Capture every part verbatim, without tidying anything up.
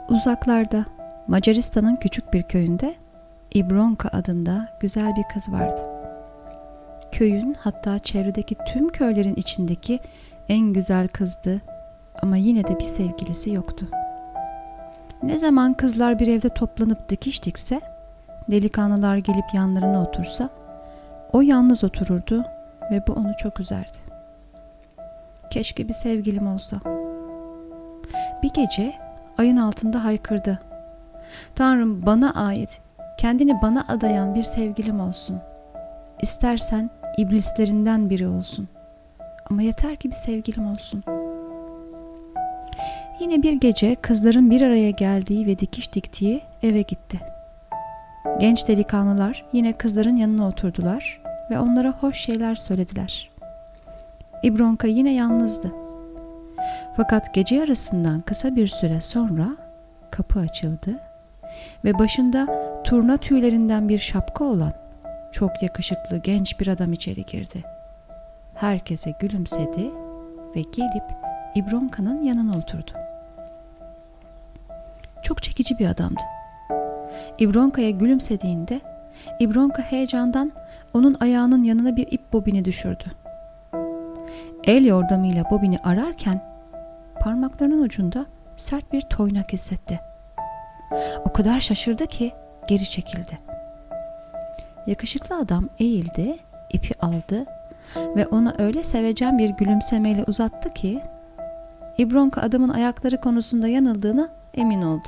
Uzaklarda, Macaristan'ın küçük bir köyünde İbronka adında güzel bir kız vardı. Köyün, hatta çevredeki tüm köylerin içindeki en güzel kızdı ama yine de bir sevgilisi yoktu. Ne zaman kızlar bir evde toplanıp dikiş dikse, delikanlılar gelip yanlarına otursa, o yalnız otururdu ve bu onu çok üzerdi. Keşke bir sevgilim olsa. Bir gece ayın altında haykırdı. Tanrım, bana ait, kendini bana adayan bir sevgilim olsun. İstersen iblislerinden biri olsun. Ama yeter ki bir sevgilim olsun. Yine bir gece kızların bir araya geldiği ve dikiş diktiği eve gitti. Genç delikanlılar yine kızların yanına oturdular ve onlara hoş şeyler söylediler. İbronka yine yalnızdı. Fakat gece yarısından kısa bir süre sonra kapı açıldı ve başında turna tüylerinden bir şapka olan çok yakışıklı genç bir adam içeri girdi. Herkese gülümsedi ve gelip İbronka'nın yanına oturdu. Çok çekici bir adamdı. İbronka'ya gülümsediğinde İbronka heyecandan onun ayağının yanına bir ip bobini düşürdü. El yordamıyla bobini ararken parmaklarının ucunda sert bir toynak hissetti. O kadar şaşırdı ki geri çekildi. Yakışıklı adam eğildi, ipi aldı ve ona öyle sevecen bir gülümsemeyle uzattı ki İbronka adamın ayakları konusunda yanıldığına emin oldu.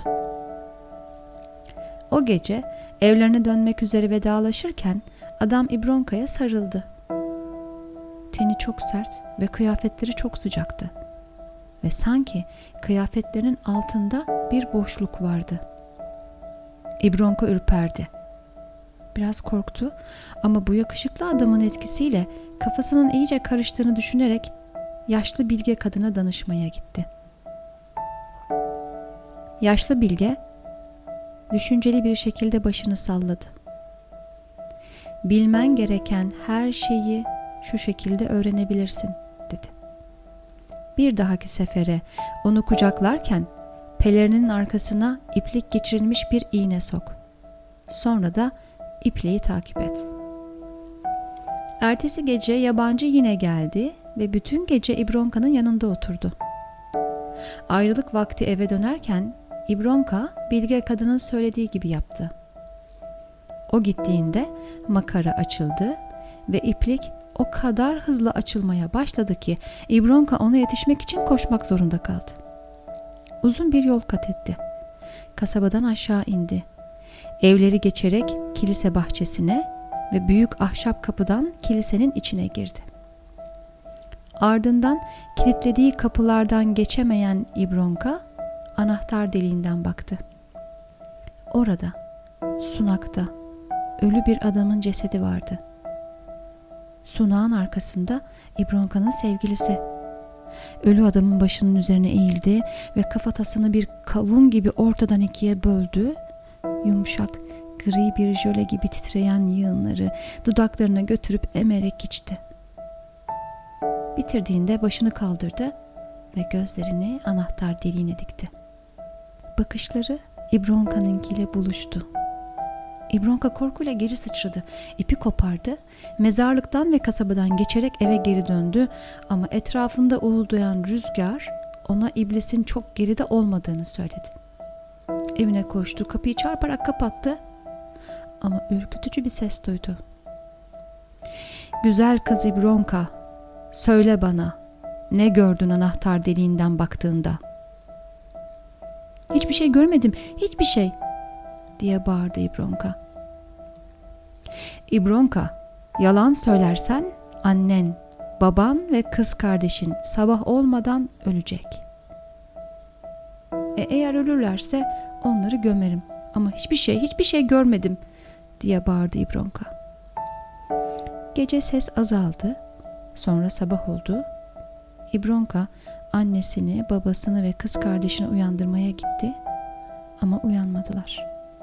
O gece evlerine dönmek üzere vedalaşırken adam İbronka'ya sarıldı. Teni çok sert ve kıyafetleri çok sıcaktı. Ve sanki kıyafetlerinin altında bir boşluk vardı. İbronka ürperdi. Biraz korktu ama bu yakışıklı adamın etkisiyle kafasının iyice karıştığını düşünerek yaşlı bilge kadına danışmaya gitti. Yaşlı bilge düşünceli bir şekilde başını salladı. Bilmen gereken her şeyi şu şekilde öğrenebilirsin, dedi. Bir dahaki sefere onu kucaklarken pelerinin arkasına iplik geçirilmiş bir iğne sok. Sonra da ipliği takip et. Ertesi gece yabancı yine geldi ve bütün gece İbronka'nın yanında oturdu. Ayrılık vakti eve dönerken İbronka bilge kadının söylediği gibi yaptı. O gittiğinde makara açıldı ve iplik o kadar hızlı açılmaya başladı ki İbronka ona yetişmek için koşmak zorunda kaldı. Uzun bir yol kat etti. Kasabadan aşağı indi. Evleri geçerek kilise bahçesine ve büyük ahşap kapıdan kilisenin içine girdi. Ardından kilitlediği kapılardan geçemeyen İbronka anahtar deliğinden baktı. Orada, sunakta, ölü bir adamın cesedi vardı. Sunağın arkasında İbronka'nın sevgilisi. Ölü adamın başının üzerine eğildi ve kafatasını bir kavun gibi ortadan ikiye böldü. Yumuşak, gri bir jöle gibi titreyen yığınları dudaklarına götürüp emerek içti. Bitirdiğinde başını kaldırdı ve gözlerini anahtar deliğine dikti. Bakışları İbronka'nınkiyle buluştu. İbronka korkuyla geri sıçradı. İpi kopardı. Mezarlıktan ve kasabadan geçerek eve geri döndü. Ama etrafında uğuldayan rüzgar ona iblisin çok geride olmadığını söyledi. Evine koştu. Kapıyı çarparak kapattı. Ama ürkütücü bir ses duydu. Güzel kız İbronka, söyle bana, ne gördün anahtar deliğinden baktığında? Hiçbir şey görmedim, hiçbir şey, diye bağırdı İbronka. İbronka, yalan söylersen annen, baban ve kız kardeşin sabah olmadan ölecek. E, eğer ölürlerse onları gömerim ama hiçbir şey, hiçbir şey görmedim, diye bağırdı İbronka. Gece ses azaldı, sonra sabah oldu. İbronka annesini, babasını ve kız kardeşini uyandırmaya gitti ama uyanmadılar.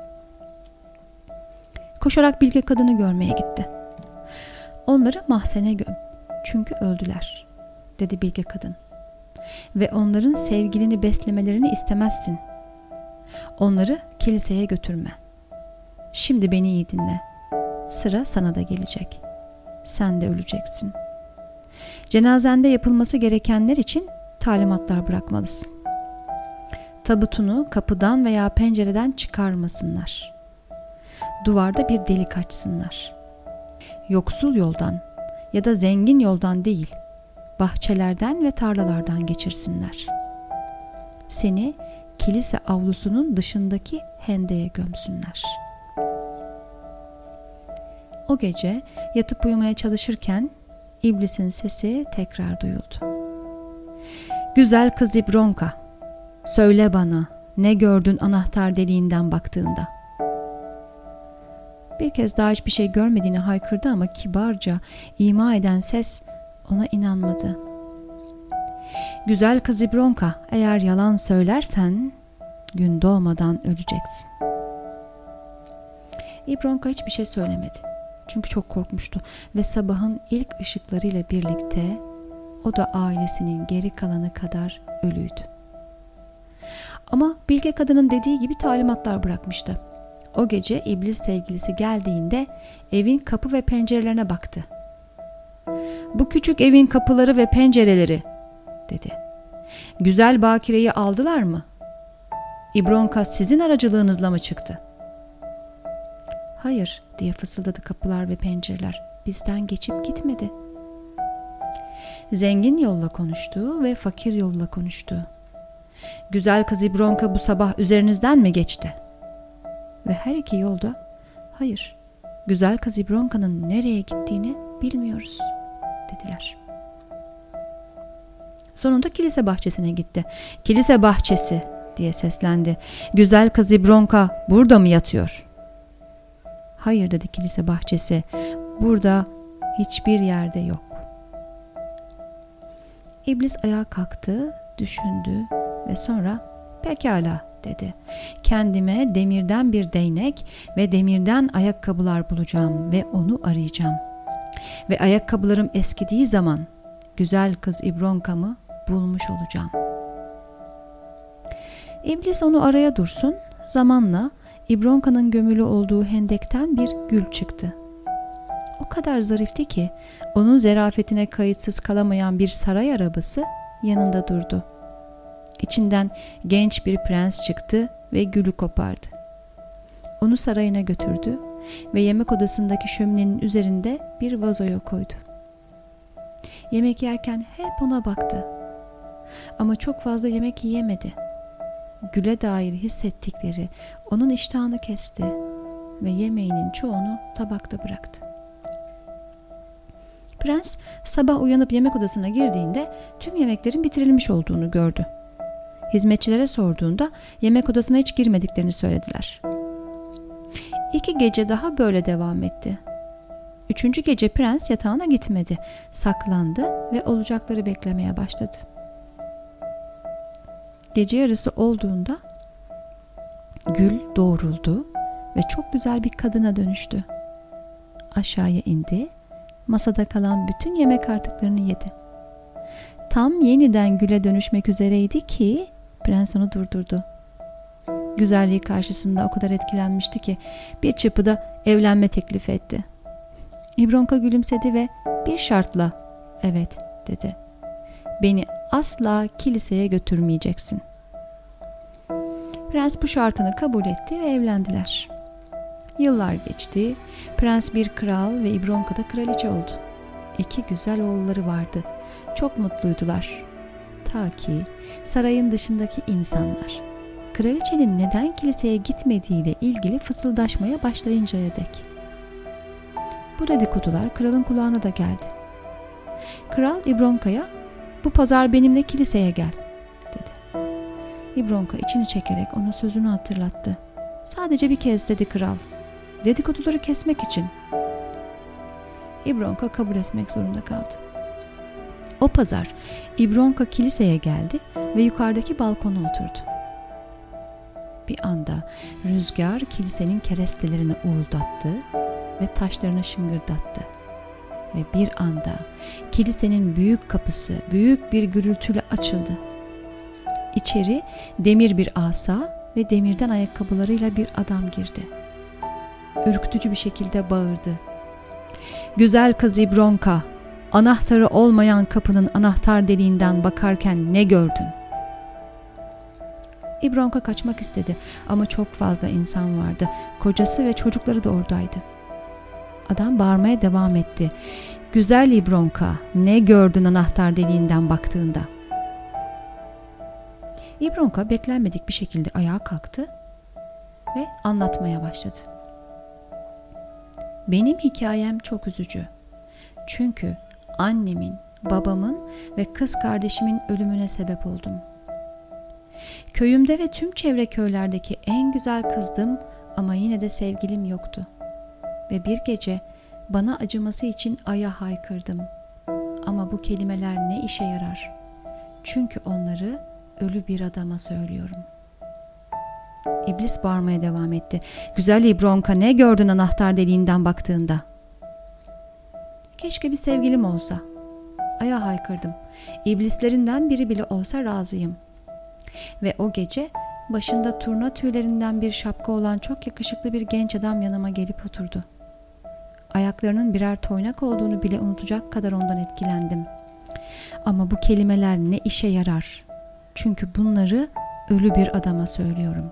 Koşarak bilge kadını görmeye gitti. Onları mahzene göm, çünkü öldüler, dedi bilge kadın. Ve onların sevgilini beslemelerini istemezsin. Onları kiliseye götürme. Şimdi beni iyi dinle. Sıra sana da gelecek. Sen de öleceksin. Cenazende yapılması gerekenler için talimatlar bırakmalısın. Tabutunu kapıdan veya pencereden çıkarmasınlar. Duvarda bir delik açsınlar. Yoksul yoldan ya da zengin yoldan değil, bahçelerden ve tarlalardan geçirsinler. Seni kilise avlusunun dışındaki hendeye gömsünler. O gece yatıp uyumaya çalışırken iblisin sesi tekrar duyuldu. Güzel kız İbronka, söyle bana, ne gördün anahtar deliğinden baktığında? Bir kez daha hiçbir şey görmediğini haykırdı ama kibarca ima eden ses ona inanmadı. Güzel kız İbronka, eğer yalan söylersen gün doğmadan öleceksin. İbronka hiçbir şey söylemedi. Çünkü çok korkmuştu ve sabahın ilk ışıklarıyla birlikte o da ailesinin geri kalanı kadar ölüydü. Ama bilge kadının dediği gibi talimatlar bırakmıştı. O gece iblis sevgilisi geldiğinde evin kapı ve pencerelerine baktı. Bu küçük evin kapıları ve pencereleri, dedi. Güzel bakireyi aldılar mı? İbronka sizin aracılığınızla mı çıktı? Hayır, diye fısıldadı kapılar ve pencereler. Bizden geçip gitmedi. Zengin yolla konuştu ve fakir yolla konuştu. Güzel kız İbronka bu sabah üzerinizden mi geçti? Ve her iki yolda, hayır, güzel kız İbronka'nın nereye gittiğini bilmiyoruz, dediler. Sonunda kilise bahçesine gitti. Kilise bahçesi, diye seslendi. Güzel kız İbronka burada mı yatıyor? Hayır, dedi kilise bahçesi. Burada hiçbir yerde yok. İblis ayağa kalktı, düşündü ve sonra pekala, dedi. Kendime demirden bir değnek ve demirden ayakkabılar bulacağım ve onu arayacağım. Ve ayakkabılarım eskidiği zaman güzel kız İbronka'mı bulmuş olacağım. İblis onu araya dursun, zamanla İbronka'nın gömülü olduğu hendekten bir gül çıktı. O kadar zarifti ki onun zerafetine kayıtsız kalamayan bir saray arabası yanında durdu. İçinden genç bir prens çıktı ve gülü kopardı. Onu sarayına götürdü ve yemek odasındaki şöminenin üzerinde bir vazoya koydu. Yemek yerken hep ona baktı. Ama çok fazla yemek yiyemedi. Güle dair hissettikleri onun iştahını kesti ve yemeğinin çoğunu tabakta bıraktı. Prens sabah uyanıp yemek odasına girdiğinde tüm yemeklerin bitirilmiş olduğunu gördü. Hizmetçilere sorduğunda yemek odasına hiç girmediklerini söylediler. İki gece daha böyle devam etti. Üçüncü gece prens yatağına gitmedi, saklandı ve olacakları beklemeye başladı. Gece yarısı olduğunda gül doğruldu ve çok güzel bir kadına dönüştü. Aşağıya indi, masada kalan bütün yemek artıklarını yedi. Tam yeniden güle dönüşmek üzereydi ki prens onu durdurdu. Güzelliği karşısında o kadar etkilenmişti ki bir çırpıda evlenme teklifi etti. İbronka gülümsedi ve bir şartla evet dedi. Beni asla kiliseye götürmeyeceksin. Prens bu şartını kabul etti ve evlendiler. Yıllar geçti. Prens bir kral ve İbronka da kraliçe oldu. İki güzel oğulları vardı. Çok mutluydular. Ta ki sarayın dışındaki insanlar kraliçenin neden kiliseye gitmediğiyle ilgili fısıldaşmaya başlayıncaya dek. Bu dedikodular kralın kulağına da geldi. Kral İbronka'ya bu pazar benimle kiliseye gel, dedi. İbronka içini çekerek ona sözünü hatırlattı. Sadece bir kez, dedi kral. Dedikoduları kesmek için. İbronka kabul etmek zorunda kaldı. O pazar İbronka kiliseye geldi ve yukarıdaki balkona oturdu. Bir anda rüzgar kilisenin kerestelerini uğuldattı ve taşlarını şıngırdattı. Ve bir anda kilisenin büyük kapısı büyük bir gürültüyle açıldı. İçeri demir bir asa ve demirden ayakkabılarıyla bir adam girdi. Ürkütücü bir şekilde bağırdı. "Güzel kız İbronka, anahtarı olmayan kapının anahtar deliğinden bakarken ne gördün?" İbronka kaçmak istedi ama çok fazla insan vardı. Kocası ve çocukları da oradaydı. Adam bağırmaya devam etti. "Güzel İbronka, ne gördün anahtar deliğinden baktığında?" İbronka beklenmedik bir şekilde ayağa kalktı ve anlatmaya başladı. "Benim hikayem çok üzücü. Çünkü annemin, babamın ve kız kardeşimin ölümüne sebep oldum. Köyümde ve tüm çevre köylerdeki en güzel kızdım ama yine de sevgilim yoktu. Ve bir gece bana acıması için Ay'a haykırdım. Ama bu kelimeler ne işe yarar? Çünkü onları ölü bir adama söylüyorum." İblis bağırmaya devam etti. "Güzel İbronka, ne gördün anahtar deliğinden baktığında?" "Keşke bir sevgilim olsa." Ay'a haykırdım. "İblislerinden biri bile olsa razıyım." Ve o gece başında turna tüylerinden bir şapka olan çok yakışıklı bir genç adam yanıma gelip oturdu. Ayaklarının birer toynak olduğunu bile unutacak kadar ondan etkilendim. Ama bu kelimeler ne işe yarar? Çünkü bunları ölü bir adama söylüyorum.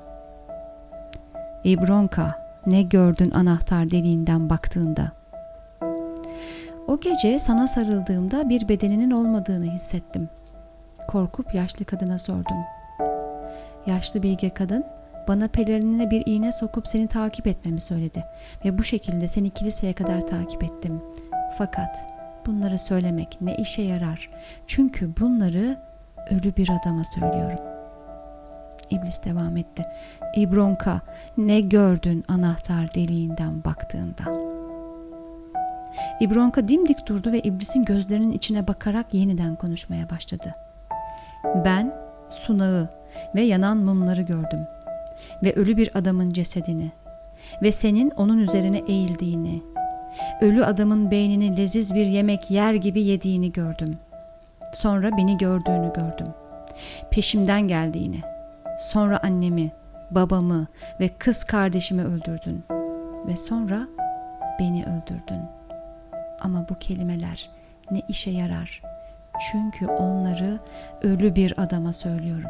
İbronka, ne gördün anahtar deliğinden baktığında? O gece sana sarıldığımda bir bedeninin olmadığını hissettim. Korkup yaşlı kadına sordum. Yaşlı bilge kadın bana pelerinine bir iğne sokup seni takip etmemi söyledi ve bu şekilde seni kiliseye kadar takip ettim. Fakat bunları söylemek ne işe yarar? Çünkü bunları ölü bir adama söylüyorum. İblis devam etti. İbronka, ne gördün anahtar deliğinden baktığında? İbronka dimdik durdu ve iblisin gözlerinin içine bakarak yeniden konuşmaya başladı. Ben sunağı ve yanan mumları gördüm ve ölü bir adamın cesedini ve senin onun üzerine eğildiğini, ölü adamın beynini leziz bir yemek yer gibi yediğini gördüm. Sonra beni gördüğünü gördüm. Peşimden geldiğini, sonra annemi, babamı ve kız kardeşimi öldürdün ve sonra beni öldürdün. Ama bu kelimeler ne işe yarar? Çünkü onları ölü bir adama söylüyorum.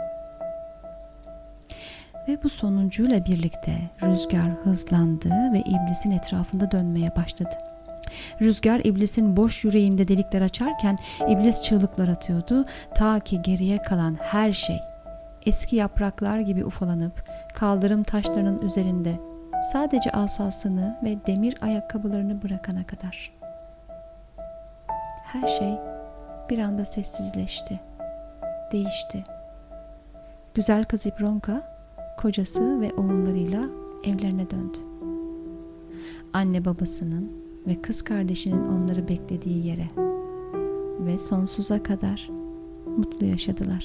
Ve bu sonuncuyla birlikte rüzgar hızlandı ve iblisin etrafında dönmeye başladı. Rüzgar iblisin boş yüreğinde delikler açarken iblis çığlıklar atıyordu ta ki geriye kalan her şey eski yapraklar gibi ufalanıp kaldırım taşlarının üzerinde sadece asasını ve demir ayakkabılarını bırakana kadar. Her şey bir anda sessizleşti, değişti. Güzel kız İbronka, kocası ve oğullarıyla evlerine döndü. Anne babasının ve kız kardeşinin onları beklediği yere ve sonsuza kadar mutlu yaşadılar.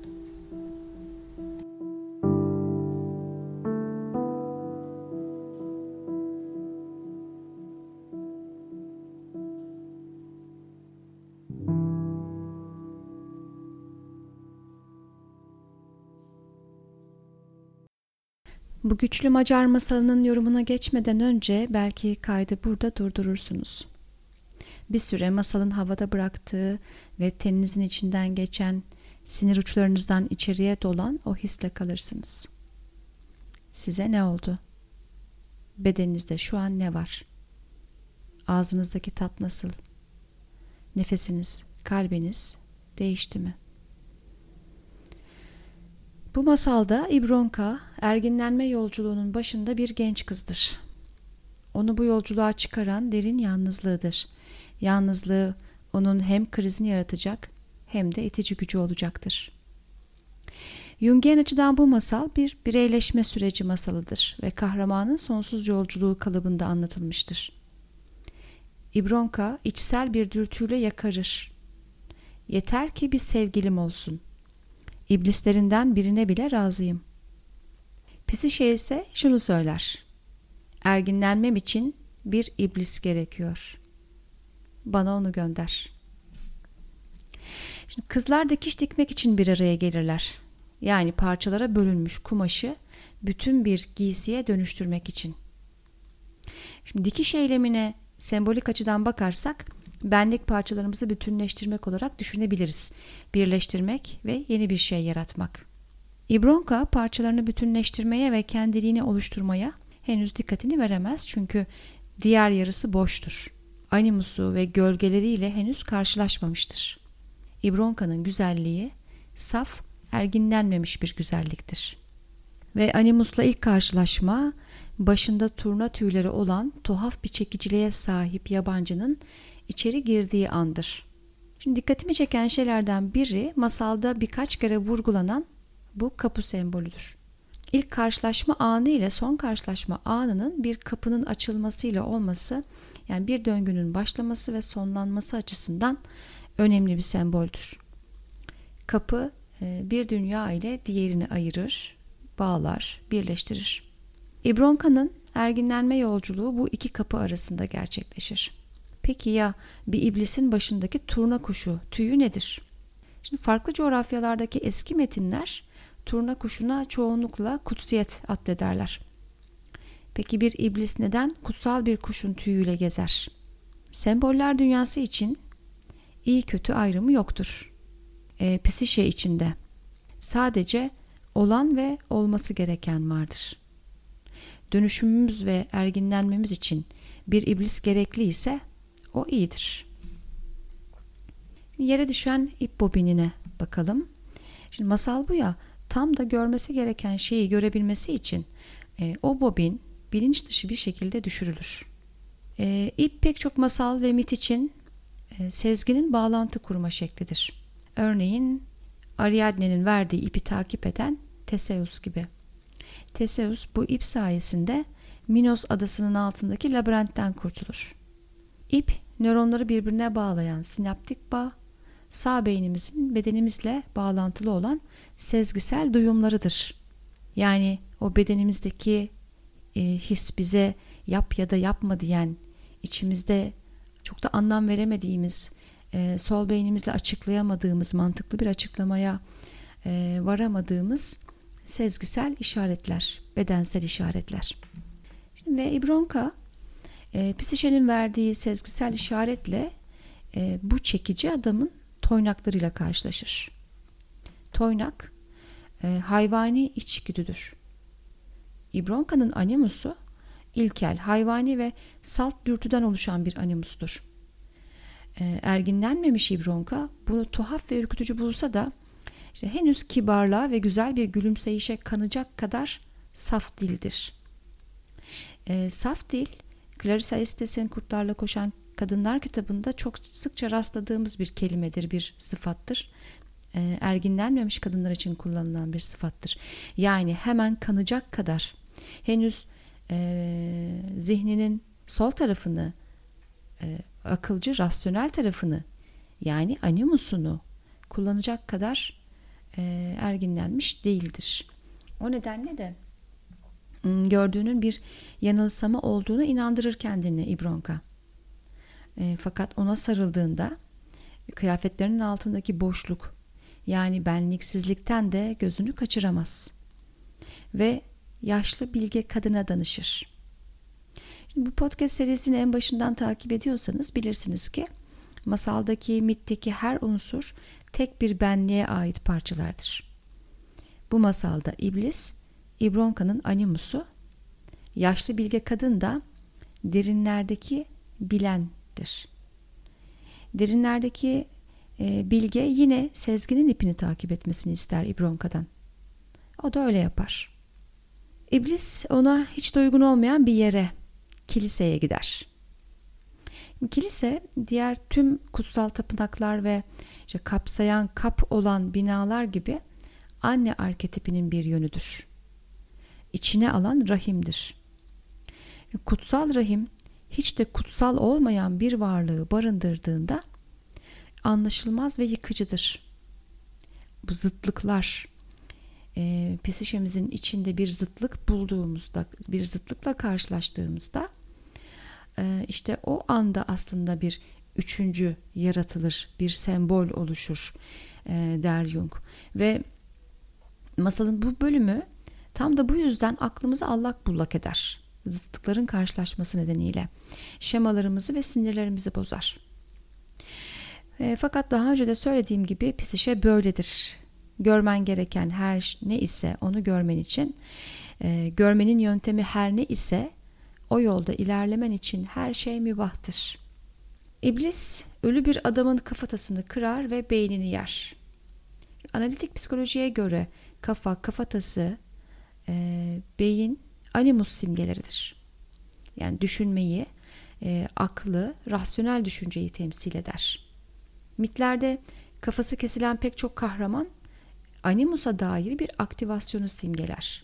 Bu güçlü Macar masalının yorumuna geçmeden önce belki kaydı burada durdurursunuz. Bir süre masalın havada bıraktığı ve teninizin içinden geçen, sinir uçlarınızdan içeriye dolan o hisle kalırsınız. Size ne oldu? Bedeninizde şu an ne var? Ağzınızdaki tat nasıl? Nefesiniz, kalbiniz değişti mi? Bu masalda İbronka, erginlenme yolculuğunun başında bir genç kızdır. Onu bu yolculuğa çıkaran derin yalnızlığıdır. Yalnızlığı onun hem krizini yaratacak hem de itici gücü olacaktır. Jungian açıdan bu masal bir bireyleşme süreci masalıdır ve kahramanın sonsuz yolculuğu kalıbında anlatılmıştır. İbronka içsel bir dürtüyle yakarır. Yeter ki bir sevgilim olsun. İblislerinden birine bile razıyım. Psişe ise şunu söyler. Erginlenmem için bir iblis gerekiyor. Bana onu gönder. Şimdi kızlar dikiş dikmek için bir araya gelirler. yani parçalara bölünmüş kumaşı bütün bir giysiye dönüştürmek için. Şimdi dikiş eylemine sembolik açıdan bakarsak benlik parçalarımızı bütünleştirmek olarak düşünebiliriz. Birleştirmek ve yeni bir şey yaratmak. İbronka parçalarını bütünleştirmeye ve kendiliğini oluşturmaya henüz dikkatini veremez çünkü diğer yarısı boştur. Animus'u ve gölgeleriyle henüz karşılaşmamıştır. İbronka'nın güzelliği saf, erginlenmemiş bir güzelliktir. Ve Animus'la ilk karşılaşma başında turna tüyleri olan tuhaf bir çekiciliğe sahip yabancının içeri girdiği andır. Şimdi dikkatimi çeken şeylerden biri masalda birkaç kere vurgulanan bu kapı sembolüdür. İlk karşılaşma anı ile son karşılaşma anının bir kapının açılmasıyla olması, yani bir döngünün başlaması ve sonlanması açısından önemli bir semboldür. Kapı bir dünya ile diğerini ayırır, bağlar, birleştirir. İbronka'nın erginlenme yolculuğu bu iki kapı arasında gerçekleşir. Peki ya bir iblisin başındaki turna kuşu tüyü nedir? Şimdi farklı coğrafyalardaki eski metinler turna kuşuna çoğunlukla kutsiyet addederler. Peki bir iblis neden kutsal bir kuşun tüyüyle gezer? Semboller dünyası için iyi kötü ayrımı yoktur. E, psişe içinde sadece olan ve olması gereken vardır. Dönüşümümüz ve erginlenmemiz için bir iblis gerekli ise o iyidir. Yere düşen ip bobinine bakalım. Şimdi masal bu ya, tam da görmesi gereken şeyi görebilmesi için e, o bobin bilinç dışı bir şekilde düşürülür. E, ip pek çok masal ve mit için e, sezginin bağlantı kurma şeklidir. Örneğin Ariadne'nin verdiği ipi takip eden Theseus gibi. Theseus bu ip sayesinde Minos adasının altındaki labirentten kurtulur. İp, nöronları birbirine bağlayan sinaptik bağ, sağ beynimizin bedenimizle bağlantılı olan sezgisel duyumlarıdır. Yani o bedenimizdeki e, his bize yap ya da yapma diyen, içimizde çok da anlam veremediğimiz, e, sol beynimizle açıklayamadığımız, mantıklı bir açıklamaya e, varamadığımız sezgisel işaretler, bedensel işaretler. Şimdi ve İbronka e, psişenin verdiği sezgisel işaretle e, bu çekici adamın toynaklarıyla karşılaşır. Toynak e, hayvani içgüdüdür. İbronka'nın animusu ilkel, hayvani ve salt dürtüden oluşan bir animustur. E, erginlenmemiş İbronka bunu tuhaf ve ürkütücü bulsa da işte henüz kibarlığa ve güzel bir gülümseyişe kanacak kadar saf dildir. E, saf dil, Clarissa Estes'in Kurtlarla Koşan Kadınlar kitabında çok sıkça rastladığımız bir kelimedir, bir sıfattır. E, erginlenmemiş kadınlar için kullanılan bir sıfattır. Yani hemen kanacak kadar, henüz e, zihninin sol tarafını, e, akılcı, rasyonel tarafını, yani animusunu kullanacak kadar e, erginlenmiş değildir. O nedenle de gördüğünün bir yanılsama olduğunu inandırır kendini İbronka. E, fakat ona sarıldığında kıyafetlerinin altındaki boşluk, yani benliksizlikten de gözünü kaçıramaz. Ve yaşlı bilge kadına danışır. Şimdi bu podcast serisini en başından takip ediyorsanız bilirsiniz ki masaldaki, mitteki her unsur tek bir benliğe ait parçalardır. Bu masalda iblis, İbronka'nın animusu, yaşlı bilge kadın da derinlerdeki bilendir. Derinlerdeki e, bilge yine sezginin ipini takip etmesini ister İbronka'dan. O da öyle yapar. İblis ona hiç de uygun olmayan bir yere, kiliseye gider. Kilise diğer tüm kutsal tapınaklar ve işte kapsayan kap olan binalar gibi anne arketipinin bir yönüdür. İçine alan rahimdir. Kutsal rahim hiç de kutsal olmayan bir varlığı barındırdığında anlaşılmaz ve yıkıcıdır. Bu zıtlıklar, e, psişemizin içinde bir zıtlık bulduğumuzda, bir zıtlıkla karşılaştığımızda e, işte o anda aslında bir üçüncü yaratılır, bir sembol oluşur e, der Jung. Ve Masalın bu bölümü tam da bu yüzden aklımızı allak bullak eder. Zıtlıkların karşılaşması nedeniyle şemalarımızı ve sinirlerimizi bozar. E, fakat daha önce de söylediğim gibi psişe böyledir. Görmen gereken her ne ise onu görmen için, e, görmenin yöntemi her ne ise o yolda ilerlemen için her şey mübahtır. İblis ölü bir adamın kafatasını kırar ve beynini yer. Analitik psikolojiye göre kafa, kafatası, e, beyin animus simgeleridir. Yani düşünmeyi, e, aklı, rasyonel düşünceyi temsil eder. Mitlerde kafası kesilen pek çok kahraman animusa dair bir aktivasyonu simgeler.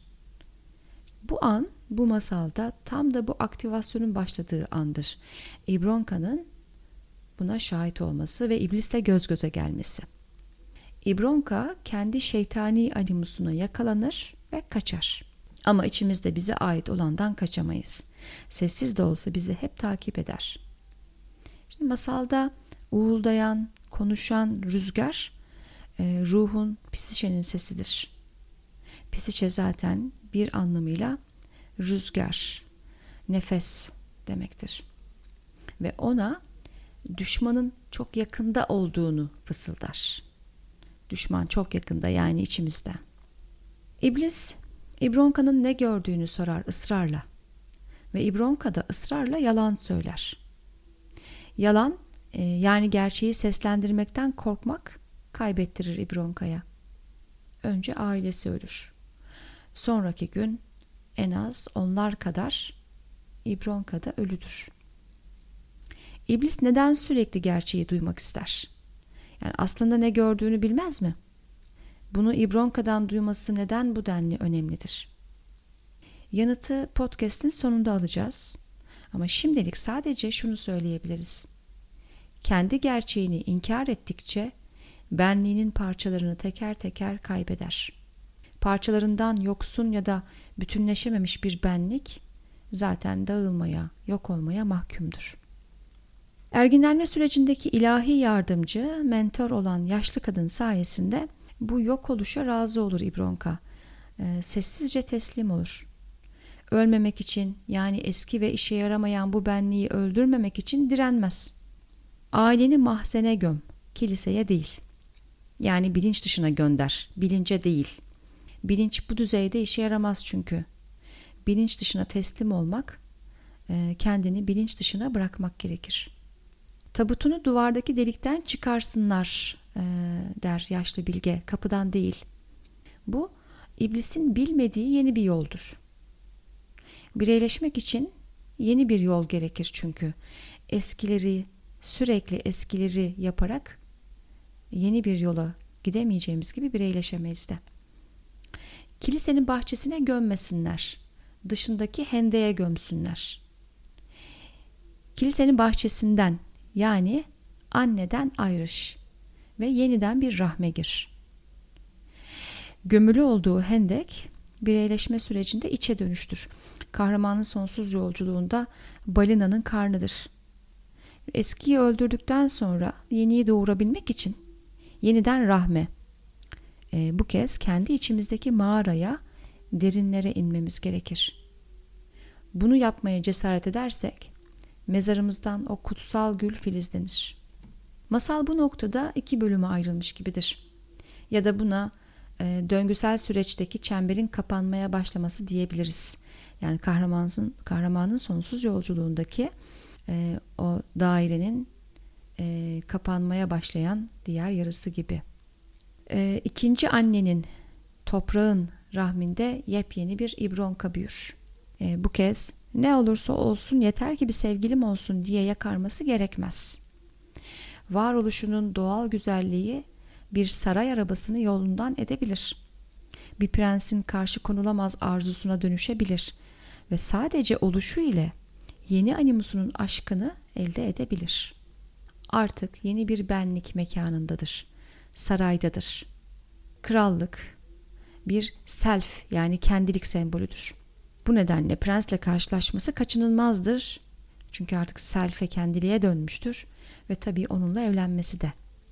Bu an, bu masalda tam da bu aktivasyonun başladığı andır. İbronka'nın buna şahit olması ve iblisle göz göze gelmesi. İbronka kendi şeytani animusuna yakalanır ve kaçar. Ama içimizde bize ait olandan kaçamayız. Sessiz de olsa bizi hep takip eder. Şimdi masalda uğuldayan, konuşan rüzgar e, ruhun, psişenin sesidir. Psişe zaten bir anlamıyla rüzgar, nefes demektir. Ve ona düşmanın çok yakında olduğunu fısıldar. Düşman çok yakında, yani içimizde. İblis, İbronka'nın ne gördüğünü sorar ısrarla. Ve İbronka da ısrarla yalan söyler. Yalan, e, yani gerçeği seslendirmekten korkmak kaybettirir İbronka'ya. Önce ailesi ölür. Sonraki gün en az onlar kadar İbronka da ölüdür. İblis neden sürekli gerçeği duymak ister? Yani aslında ne gördüğünü bilmez mi? Bunu İbronka'dan duyması neden bu denli önemlidir? Yanıtı podcast'in sonunda alacağız. Ama şimdilik sadece şunu söyleyebiliriz. Kendi gerçeğini inkar ettikçe benliğinin parçalarını teker teker kaybeder. Parçalarından yoksun ya da bütünleşememiş bir benlik zaten dağılmaya, yok olmaya mahkumdur. Erginlenme sürecindeki ilahi yardımcı, mentor olan yaşlı kadın sayesinde bu yok oluşa razı olur İbronka. E, sessizce teslim olur. Ölmemek için, yani eski ve işe yaramayan bu benliği öldürmemek için direnmez. Aileni mahzene göm, kiliseye değil. Yani bilinç dışına gönder, bilince değil. Bilinç bu düzeyde işe yaramaz çünkü. Bilinç dışına teslim olmak, e, kendini bilinç dışına bırakmak gerekir. Tabutunu duvardaki delikten çıkarsınlar e, der yaşlı bilge, kapıdan değil. Bu iblisin bilmediği yeni bir yoldur. Bireyleşmek için yeni bir yol gerekir çünkü. Eskileri, sürekli eskileri yaparak yeni bir yola gidemeyeceğimiz gibi bireyleşemeyiz de. Kilisenin bahçesine gömmesinler, dışındaki hendeye gömsünler. Kilisenin bahçesinden, yani anneden ayrış ve yeniden bir rahme gir. Gömülü olduğu hendek bireyleşme sürecinde içe dönüştür. Kahramanın sonsuz yolculuğunda balinanın karnıdır. Eskiyi öldürdükten sonra yeniyi doğurabilmek için yeniden rahme. E, bu kez kendi içimizdeki mağaraya, derinlere inmemiz gerekir. Bunu yapmaya cesaret edersek mezarımızdan o kutsal gül filizlenir. Masal bu noktada iki bölüme ayrılmış gibidir. Ya da buna e, döngüsel süreçteki çemberin kapanmaya başlaması diyebiliriz. Yani kahramanın, kahramanın sonsuz yolculuğundaki e, o dairenin e, kapanmaya başlayan diğer yarısı gibi. E, ikinci annenin, toprağın rahminde yepyeni bir İbronka büyür. E, bu kez ne olursa olsun yeter ki bir sevgilim olsun diye yakarması gerekmez. Varoluşunun doğal güzelliği bir saray arabasını yolundan edebilir. Bir prensin karşı konulamaz arzusuna dönüşebilir ve sadece oluşu ile yeni animusunun aşkını elde edebilir. Artık yeni bir benlik mekanındadır, saraydadır. Krallık bir self, yani kendilik sembolüdür. Bu nedenle prensle karşılaşması kaçınılmazdır. Çünkü artık self'e, kendiliğe dönmüştür ve tabii onunla evlenmesi de.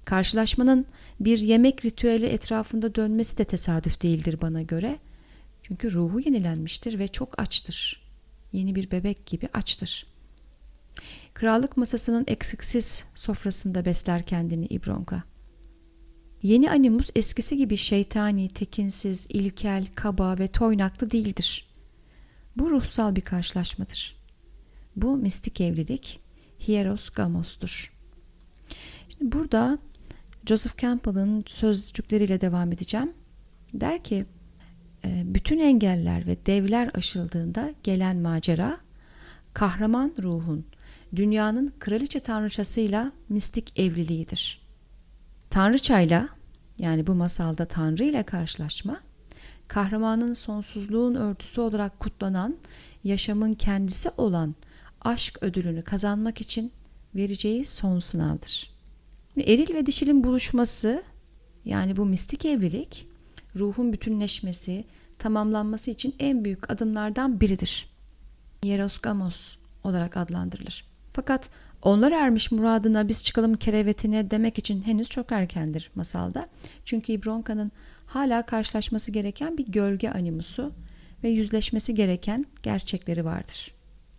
Karşılaşmanın bir yemek ritüeli etrafında dönmesi de tesadüf değildir bana göre. Çünkü ruhu yenilenmiştir ve çok açtır. Yeni bir bebek gibi açtır. Krallık masasının eksiksiz sofrasında besler kendini İbronka. Yeni animus eskisi gibi şeytani, tekinsiz, ilkel, kaba ve toynaklı değildir. Bu ruhsal bir karşılaşmadır. Bu mistik evlilik Hieros Gamos'tur. Şimdi burada Joseph Campbell'ın sözcükleriyle devam edeceğim. Der ki, bütün engeller ve devler aşıldığında gelen macera, kahraman ruhun dünyanın kraliçe tanrıçasıyla mistik evliliğidir. Tanrıçayla, yani bu masalda Tanrı ile karşılaşma, kahramanın sonsuzluğun örtüsü olarak kutlanan, yaşamın kendisi olan aşk ödülünü kazanmak için vereceği son sınavdır. Eril ve dişilin buluşması, yani bu mistik evlilik, ruhun bütünleşmesi, tamamlanması için en büyük adımlardan biridir. Hieros Gamos olarak adlandırılır. Fakat onlar ermiş muradına biz çıkalım kerevetine demek için henüz çok erkendir masalda. Çünkü İbronka'nın hala karşılaşması gereken bir gölge animusu ve yüzleşmesi gereken gerçekleri vardır.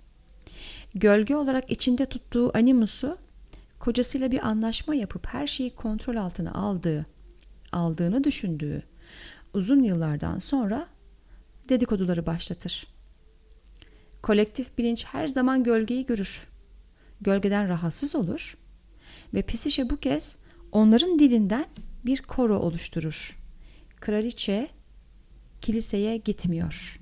Gölge olarak içinde tuttuğu animusu, kocasıyla bir anlaşma yapıp her şeyi kontrol altına aldığı, aldığını düşündüğü uzun yıllardan sonra dedikoduları başlatır. Kolektif bilinç her zaman gölgeyi görür. Gölgeden rahatsız olur ve Psişe bu kez onların dilinden bir koro oluşturur. Kraliçe kiliseye gitmiyor.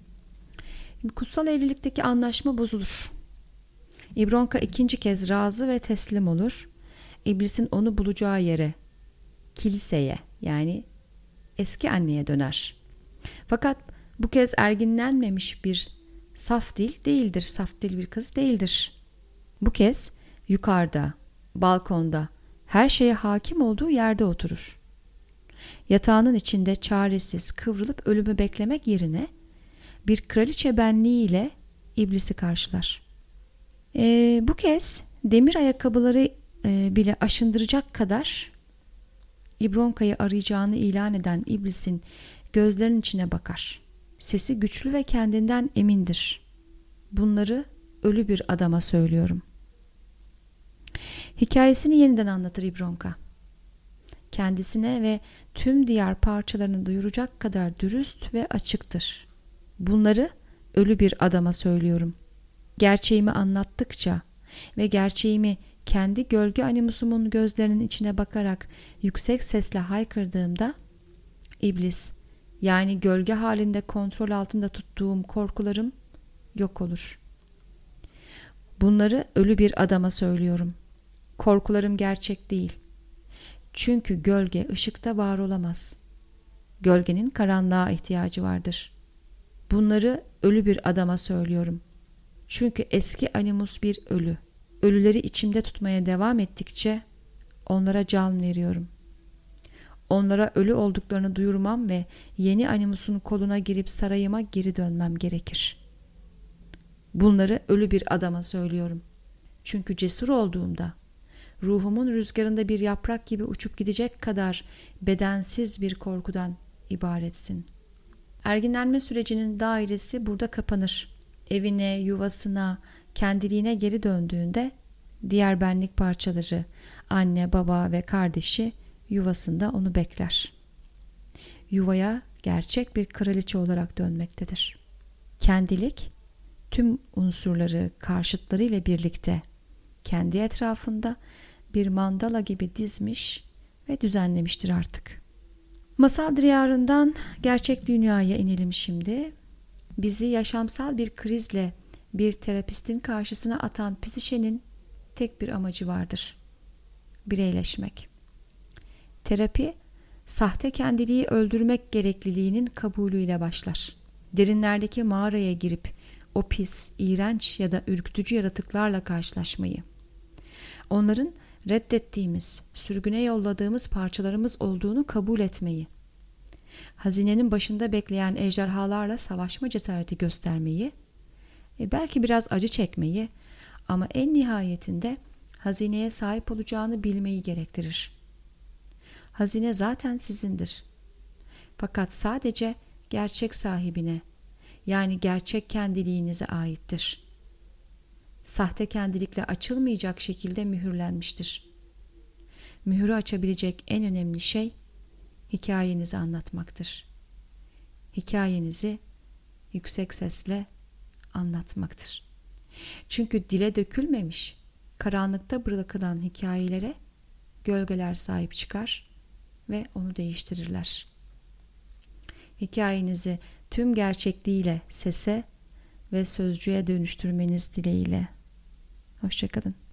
Kutsal evlilikteki anlaşma bozulur. İbronka ikinci kez razı ve teslim olur. İblisin onu bulacağı yere, kiliseye, yani eski anneye döner. Fakat bu kez erginlenmemiş bir saf dil değildir, saf dil bir kız değildir. Bu kez yukarıda, balkonda, her şeye hakim olduğu yerde oturur. Yatağının içinde çaresiz kıvrılıp ölümü beklemek yerine bir kraliçe benliğiyle iblisi karşılar. E, bu kez demir ayakkabıları e, bile aşındıracak kadar İbronka'yı arayacağını ilan eden iblisin gözlerinin içine bakar. Sesi güçlü ve kendinden emindir. Bunları ölü bir adama söylüyorum. Hikayesini yeniden anlatır İbronka. Kendisine ve tüm diğer parçalarını duyuracak kadar dürüst ve açıktır. Bunları ölü bir adama söylüyorum. Gerçeğimi anlattıkça ve gerçeğimi kendi gölge animusumun gözlerinin içine bakarak yüksek sesle haykırdığımda, iblis, yani gölge halinde kontrol altında tuttuğum korkularım yok olur. Bunları ölü bir adama söylüyorum. Korkularım gerçek değil. Çünkü gölge ışıkta var olamaz. Gölgenin karanlığa ihtiyacı vardır. Bunları ölü bir adama söylüyorum. Çünkü eski animus bir ölü. Ölüleri içimde tutmaya devam ettikçe onlara can veriyorum. Onlara ölü olduklarını duyurmam ve yeni animusun koluna girip sarayıma geri dönmem gerekir. Bunları ölü bir adama söylüyorum. Çünkü cesur olduğumda, ruhumun rüzgarında bir yaprak gibi uçup gidecek kadar bedensiz bir korkudan ibaretsin. Erginlenme sürecinin dairesi burada kapanır. Evine, yuvasına, kendiliğine geri döndüğünde diğer benlik parçaları, anne, baba ve kardeşi yuvasında onu bekler. Yuvaya gerçek bir kraliçe olarak dönmektedir. Kendilik, tüm unsurları, karşıtları ile birlikte kendi etrafında bir mandala gibi dizmiş ve düzenlemiştir artık. Masal diyarından gerçek dünyaya inelim şimdi. Bizi yaşamsal bir krizle bir terapistin karşısına atan Psişe'nin tek bir amacı vardır: bireyleşmek. Terapi, sahte kendiliği öldürmek gerekliliğinin kabulüyle başlar. Derinlerdeki mağaraya girip o pis, iğrenç ya da ürkütücü yaratıklarla karşılaşmayı, onların reddettiğimiz, sürgüne yolladığımız parçalarımız olduğunu kabul etmeyi, hazinenin başında bekleyen ejderhalarla savaşma cesareti göstermeyi, e belki biraz acı çekmeyi ama en nihayetinde hazineye sahip olacağını bilmeyi gerektirir. Hazine zaten sizindir. Fakat sadece gerçek sahibine, yani gerçek kendiliğinize aittir. Sahte kendilikle açılmayacak şekilde mühürlenmiştir. Mühürü açabilecek en önemli şey hikayenizi anlatmaktır. Hikayenizi yüksek sesle anlatmaktır. Çünkü dile dökülmemiş, karanlıkta bırakılan hikayelere gölgeler sahip çıkar ve onu değiştirirler. Hikayenizi tüm gerçekliğiyle sese ve sözcüğe dönüştürmeniz dileğiyle. Hoşça kalın.